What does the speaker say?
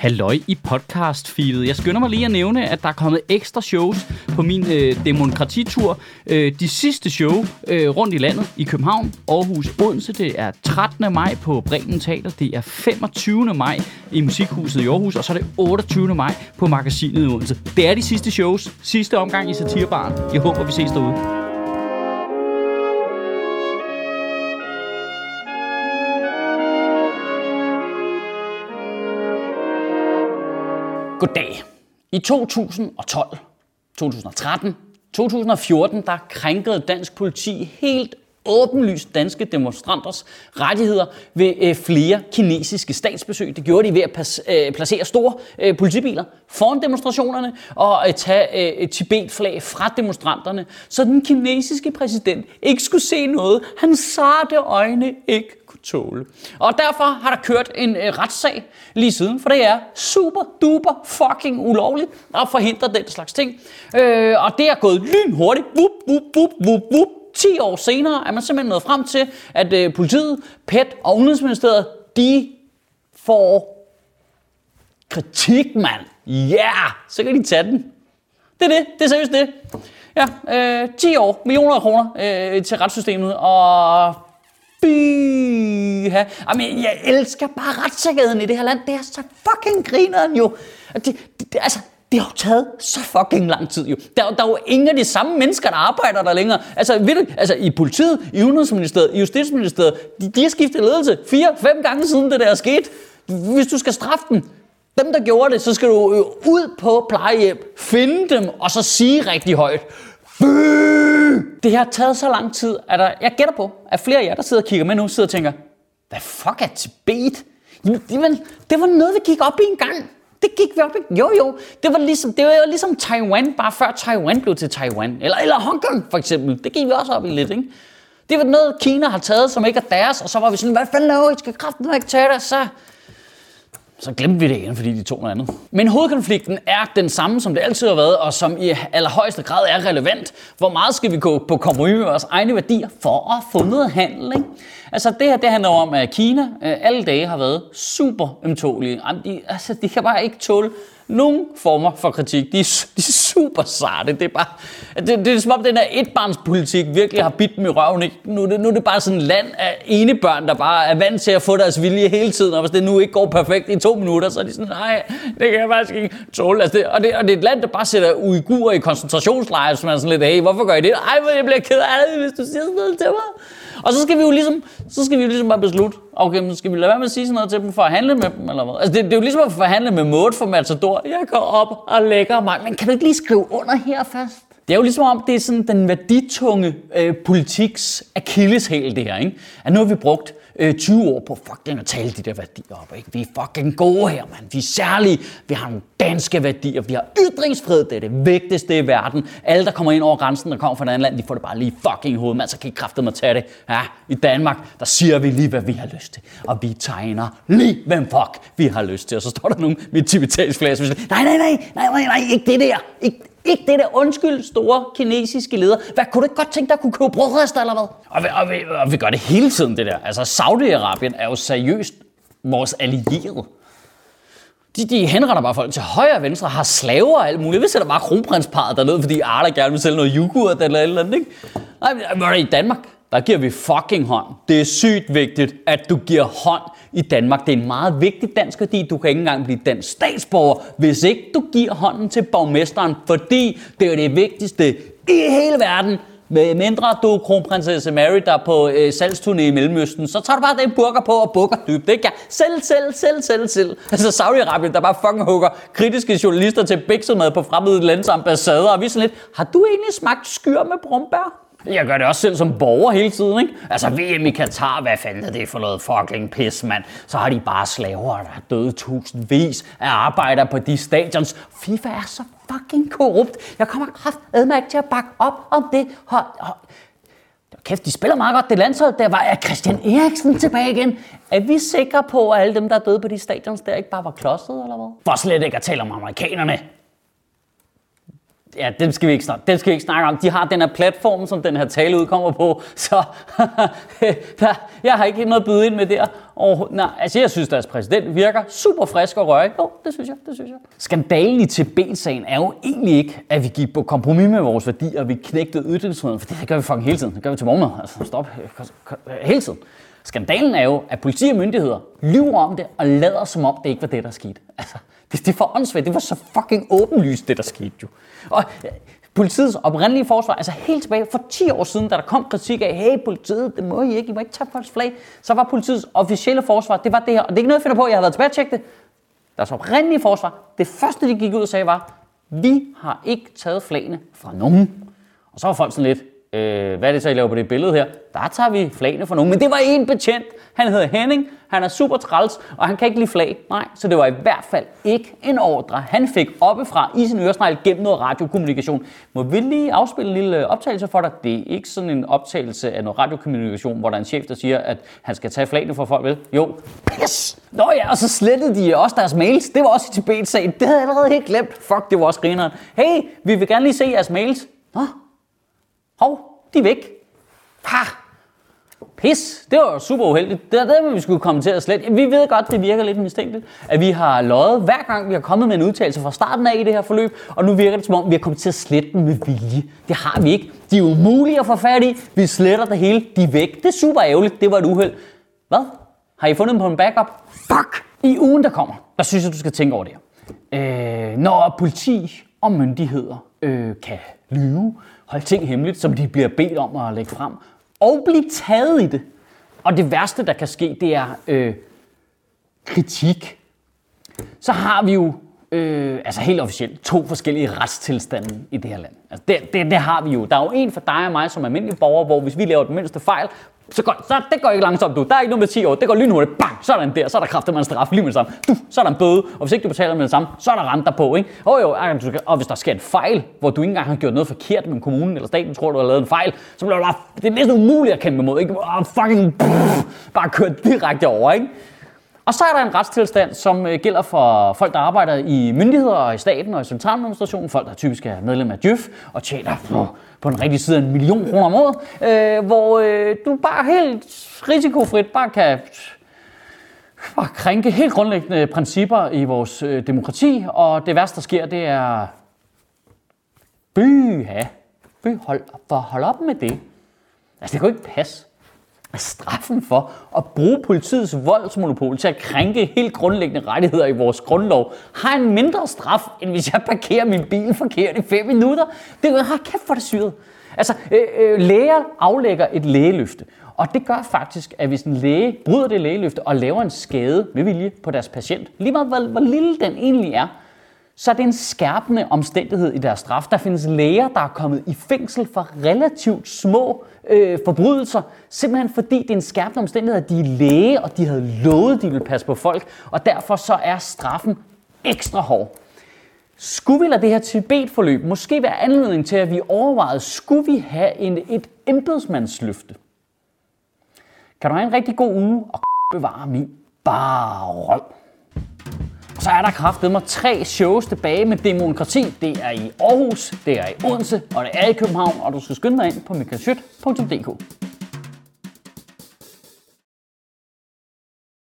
Halløj i podcast-feedet. Jeg skynder mig lige at nævne, at der er kommet ekstra shows på min demokratitur. De sidste show rundt i landet i København, Aarhus, Odense. Det er 13. maj på Bremen Teater. Det er 25. maj i Musikhuset i Aarhus. Og så er det 28. maj på Magasinet i Odense. Det er de sidste shows. Sidste omgang i Satirebaren. Jeg håber, vi ses derude. Goddag. I 2012, 2013, 2014, der krænkede dansk politi helt åbenlyst danske demonstranters rettigheder ved flere kinesiske statsbesøg. Det gjorde de ved at placere store politibiler foran demonstrationerne og tage Tibet-flag fra demonstranterne, så den kinesiske præsident ikke skulle se noget, hans sarte øjne ikke kunne tåle. Og derfor har der kørt en retssag lige siden, for det er super duper fucking ulovligt at forhindre den slags ting. Og det er gået lynhurtigt. Vup, vup, vup, vup, vup. 10 år senere er man simpelthen nået frem til, at politiet, PET og Udenrigsministeriet, de får kritik, mand. Ja, så kan de tage den. Det er seriøst det. Ja, 10 år, millioner af kroner til retssystemet, og Jamen, jeg elsker bare retssikkerheden i det her land. Det er så fucking grineren jo. Det har jo taget så fucking lang tid jo. Der er jo ingen af de samme mennesker, der arbejder der længere. I politiet, i Udenrigsministeriet, i Justitsministeriet, de har skiftet ledelse 4-5 gange siden det der er sket. Hvis du skal straffe dem der gjorde det, så skal du ud på plejehjem, finde dem og så sige rigtig højt: Fy! Det har taget så lang tid, at jeg gætter på, at flere af jer, der sidder og kigger med nu, sidder og tænker: hvad fuck er Tibet? Det var noget, vi gik op i en gang. Det gik vi op i. Jo. Det var ligesom Taiwan, bare før Taiwan blev til Taiwan. Eller Hongkong for eksempel. Det gik vi også op i lidt, ikke? Det var noget, Kina har taget, som ikke er deres, og så var vi sådan: hvad fanden laver I? Skal kraften ikke tage det? Så glemte vi det igen, fordi de tog noget andet. Men hovedkonflikten er den samme, som det altid har været, og som i allerhøjeste grad er relevant. Hvor meget skal vi gå på kompromis med vores egne værdier for at få noget handel, ikke? Altså det her, det handler om, at Kina alle dage har været super ømtålige. De kan bare ikke tåle nogen former for kritik. De er super sarte. Det er som om den her etbarnspolitik virkelig har bidt dem i røven, ikke? Nu er det bare sådan et land af enebørn, der bare er vant til at få deres vilje hele tiden, og hvis det nu ikke går perfekt i 2 minutter, så er de sådan: nej, det kan jeg faktisk ikke tåle. Altså og det er et land, der bare sætter uigurer i koncentrationslejre, så man er sådan lidt: hey, hvorfor gør I det? Ej, hvor jeg bliver ked af det, hvis du siger sådan noget til mig. Og så skal vi jo ligesom bare beslutte: okay, så skal vi lade være med at sige sådan noget til dem for at handle med dem, eller hvad? Altså det er jo ligesom at forhandle med Maud for Matador. Jeg går op og lægger mig. Men kan du ikke lige skrive under her først? Det er jo ligesom om, det er sådan den værditunge politiks akilleshæl, det her, ikke? At nu har vi brugt 20 år på fucking at tale de der værdier op, ikke? Vi er fucking gode her, mand. Vi er særlige. Vi har nogle danske værdier. Vi har ytringsfrihed. Det er det vigtigste i verden. Alle, der kommer ind over grænsen, der kommer fra et andet land, de får det bare lige fucking i hovedet, mand. Så kan I kraftedeme tage det. Ja, i Danmark, der siger vi lige, hvad vi har lyst til. Og vi tegner lige, hvem fuck vi har lyst til. Og så står der nogen med et tibetansk flag, og nej, ikke det der. Ikke det der, undskyld, store kinesiske leder. Hvad, kunne du ikke godt tænke dig at kunne købe brødrester eller hvad? Og vi gør det hele tiden, det der. Altså, Saudi-Arabien er jo seriøst vores allierede. De henretter bare folk til højre og venstre, har slaver og alt muligt. Vi sætter bare kronprinsparret dernede, fordi Arla gerne vil sælge noget yoghurt eller et eller andet, ikke? Nej, i Danmark, der giver vi fucking hånd. Det er sygt vigtigt, at du giver hånd i Danmark. Det er en meget vigtig dansk værdi. Du kan ikke engang blive dansk statsborger, hvis ikke du giver hånden til borgmesteren, fordi det er det vigtigste i hele verden. Med mindre du er kronprinsesse Mary, der er på salgsturné i Mellemøsten, så tager du bare den burger på og bukker dybt, ikke? Ja, selv. Altså Saudi-Arabien, der bare fucking hugger kritiske journalister til biksemad på fremmede lands ambassader, og vi sådan lidt: har du egentlig smagt skyr med brumbær? Jeg gør det også selv som borger hele tiden, ikke? Altså VM i Katar, hvad fanden er det for noget fucking pis, mand? Så har de bare slaver, der har døde tusindvis af arbejdere på de stadions. FIFA er så fucking korrupt. Jeg kommer kraftedme ikke til at bakke op om det. Kæft, de spiller meget godt, det landshold. Der var Christian Eriksen tilbage igen. Er vi sikre på, at alle dem, der er døde på de stadions, der ikke bare var klodset, eller hvad? For slet ikke at tale om amerikanerne. Ja, dem skal vi ikke snakke om. De har den her platform, som den her tale udkommer på, så jeg har ikke noget at byde ind med der. Og, nej, altså jeg synes, deres præsident virker super frisk og rørig. Jo, det synes jeg. Skandalen i Tibet-sagen er jo egentlig ikke, at vi gik på kompromis med vores værdier, og vi knægtede ytringsfriheden, for det gør vi fucking hele tiden. Det gør vi til morgenmad. Altså stop. Hele tiden. Skandalen er jo, at politi og myndigheder lyver om det og lader som om, det ikke var det, der skete. Altså, det er for åndssvagt. Det var så fucking åbenlyst, det der skete jo. Og politiets oprindelige forsvar, altså helt tilbage for 10 år siden, da der kom kritik af, hey politiet, det må I må ikke tage folks flag, så var politiets officielle forsvar, det var det her. Og det er ikke noget, jeg finder på, jeg har været tilbage at tjekke det. Deres oprindelige forsvar, det første, de gik ud og sagde var, vi har ikke taget flagene fra nogen. Og så var folk sådan lidt, hvad er det så, I laver på det billede her? Der tager vi flagene fra nogen. Men det var en betjent. Han hedder Henning. Han er super træls, og han kan ikke lide flag. Nej, så det var i hvert fald ikke en ordre, han fik oppefra i sin øresnegl gennem noget radiokommunikation. Må vi lige afspille en lille optagelse for dig? Det er ikke sådan en optagelse af noget radiokommunikation, hvor der er en chef, der siger, at han skal tage flagene fra folk, vel? Jo. Pis! Nå ja, og så slettede de også deres mails. Det var også i Tibet-sagen. Det havde jeg allerede helt glemt. Fuck, det var også grineren. Hey, vi vil gerne lige se jeres mails. Nå. Hov, de er væk. Pis, det var jo super uheldigt. Det er det, vi skulle komme til at slette. Vi ved godt, det virker lidt mistænkeligt, at vi har løjet hver gang, vi har kommet med en udtalelse fra starten af i det her forløb, og nu virker det som om, vi har kommet til at slette dem med vilje. Det har vi ikke. De er umulige at få fat i. Vi sletter det hele. De er væk. Det er super ærgerligt. Det var et uheld. Hvad? Har I fundet dem på en backup? Fuck! I ugen, der kommer, der synes jeg, du skal tænke over det her. Når politi og myndigheder kan lyve, holde ting hemmeligt, som de bliver bedt om at lægge frem, og blive taget i det. Og det værste, der kan ske, det er kritik. Så har vi jo altså helt officielt 2 forskellige retstilstande i det her land. Altså det har vi jo. Der er jo en for dig og mig som almindelige borgere, hvor hvis vi laver den mindste fejl, så det går ikke langsomt, du. Der er ikke noget med 10 år. Det går lynhurtigt. Bang! Så er der der. Så er der kraftedeme en straf lige med det samme. Så er der en bøde. Og hvis ikke du betaler med det samme, så er der renter på, ikke? Og hvis der sker en fejl, hvor du ikke engang har gjort noget forkert med kommunen eller staten, tror du har lavet en fejl, så bliver det bare, det er næsten umuligt at kæmpe imod, ikke? Bare køre direkte over, ikke? Og så er der en retstilstand, som gælder for folk, der arbejder i myndigheder og i staten og i centraladministrationen. Folk, der typisk er medlem af Djøf og tjener på den rigtige side af 1 million kroner om året. Hvor du bare helt risikofrit bare kan krænke helt grundlæggende principper i vores demokrati. Og det værste, der sker, det er hold op med det. Altså, det kan jo ikke passe. Straffen for at bruge politiets voldsmonopol til at krænke helt grundlæggende rettigheder i vores grundlov har en mindre straf, end hvis jeg parkerer min bil forkert i 5 minutter. Det har kæft for det syret. Altså, læger aflægger et lægeløfte, og det gør faktisk, at hvis en læge bryder det lægeløfte og laver en skade med vilje på deres patient, lige meget hvor lille den egentlig er, så er det en skærpende omstændighed i deres straf. Der findes læger, der er kommet i fængsel for relativt små forbrydelser, simpelthen fordi det er en skærpende omstændighed, at de er læge, og de havde lovet, at de ville passe på folk, og derfor så er straffen ekstra hård. Skulle vi lade det her Tibet-forløb måske være anledning til, at vi overvejede, skulle vi have et embedsmandsløfte? Kan du have en rigtig god uge og bevare min bare røv? Så er der kraftedeme 3 shows tilbage med demokrati. Det er i Aarhus, det er i Odense, og det er i København, og du skal skynde dig ind på michaelschødt.dk.